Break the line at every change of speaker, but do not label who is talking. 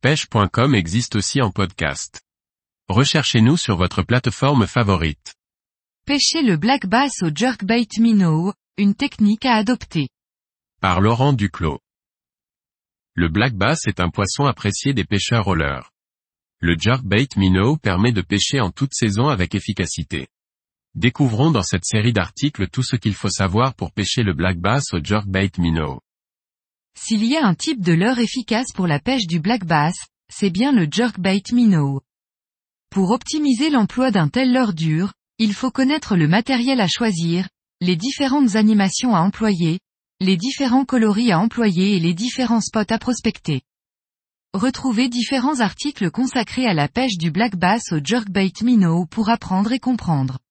pêche.com existe aussi en podcast. Recherchez-nous sur votre plateforme favorite.
Pêcher le black bass au jerkbait minnow, une technique à adopter.
Par Laurent Duclos. Le black bass est un poisson apprécié des pêcheurs rollers. Le jerkbait minnow permet de pêcher en toute saison avec efficacité. Découvrons dans cette série d'articles tout ce qu'il faut savoir pour pêcher le black bass au jerkbait minnow.
S'il y a un type de leurre efficace pour la pêche du black bass, c'est bien le jerkbait minnow. Pour optimiser l'emploi d'un tel leurre dur, il faut connaître le matériel à choisir, les différentes animations à employer, les différents coloris à employer et les différents spots à prospecter. Retrouvez différents articles consacrés à la pêche du black bass au jerkbait minnow pour apprendre et comprendre.